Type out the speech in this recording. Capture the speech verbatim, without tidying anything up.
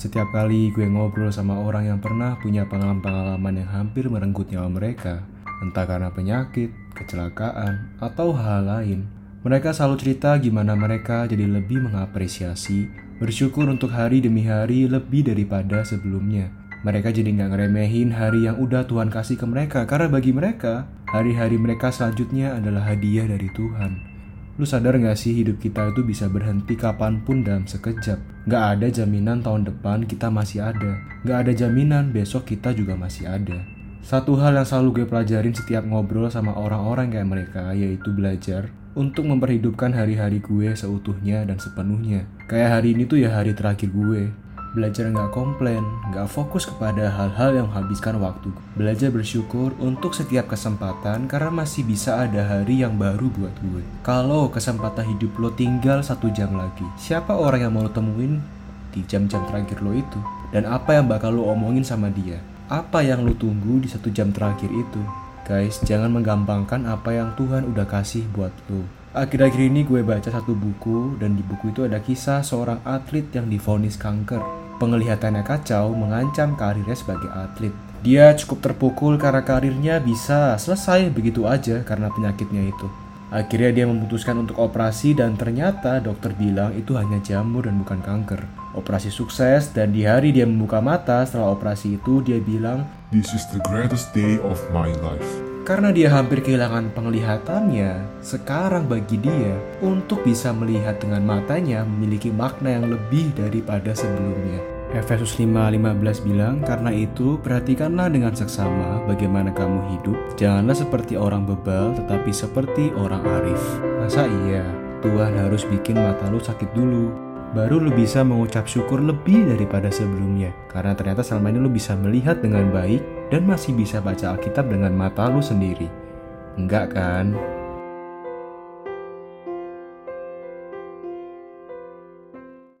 Setiap kali gue ngobrol sama orang yang pernah punya pengalaman-pengalaman yang hampir merenggut nyawa mereka, entah karena penyakit, kecelakaan, atau hal lain, mereka selalu cerita gimana mereka jadi lebih mengapresiasi, bersyukur untuk hari demi hari lebih daripada sebelumnya. Mereka jadi gak ngeremehin hari yang udah Tuhan kasih ke mereka, karena bagi mereka, hari-hari mereka selanjutnya adalah hadiah dari Tuhan. Lu sadar gak sih hidup kita itu bisa berhenti kapanpun dalam sekejap? Gak ada jaminan tahun depan kita masih ada. Gak ada jaminan besok kita juga masih ada. Satu hal yang selalu gue pelajarin setiap ngobrol sama orang-orang kayak mereka, yaitu belajar untuk memperhidupkan hari-hari gue seutuhnya dan sepenuhnya. Kayak hari ini tuh ya hari terakhir gue. Belajar gak komplain, gak fokus kepada hal-hal yang menghabiskan waktu. Belajar bersyukur untuk setiap kesempatan karena masih bisa ada hari yang baru buat gue. Kalau kesempatan hidup lo tinggal satu jam lagi, siapa orang yang mau lo temuin di jam-jam terakhir lo itu? Dan apa yang bakal lo omongin sama dia? Apa yang lo tunggu di satu jam terakhir itu? Guys, jangan menggampangkan apa yang Tuhan udah kasih buat lo. Akhir-akhir ini gue baca satu buku, dan di buku itu ada kisah seorang atlet yang divonis kanker. Penglihatannya kacau mengancam karirnya sebagai atlet. Dia cukup terpukul karena karirnya bisa selesai begitu aja karena penyakitnya itu. Akhirnya dia memutuskan untuk operasi dan ternyata dokter bilang itu hanya jamur dan bukan kanker. Operasi sukses dan di hari dia membuka mata setelah operasi itu dia bilang, "This is the greatest day of my life." Karena dia hampir kehilangan penglihatannya, sekarang bagi dia, untuk bisa melihat dengan matanya memiliki makna yang lebih daripada sebelumnya. Efesus lima ayat lima belas bilang, "Karena itu, perhatikanlah dengan seksama bagaimana kamu hidup. Janganlah seperti orang bebal, tetapi seperti orang arif." Masa iya, Tuhan harus bikin mata lu sakit dulu, baru lu bisa mengucap syukur lebih daripada sebelumnya? Karena ternyata selama ini lu bisa melihat dengan baik dan masih bisa baca Alkitab dengan mata lu sendiri. Enggak kan?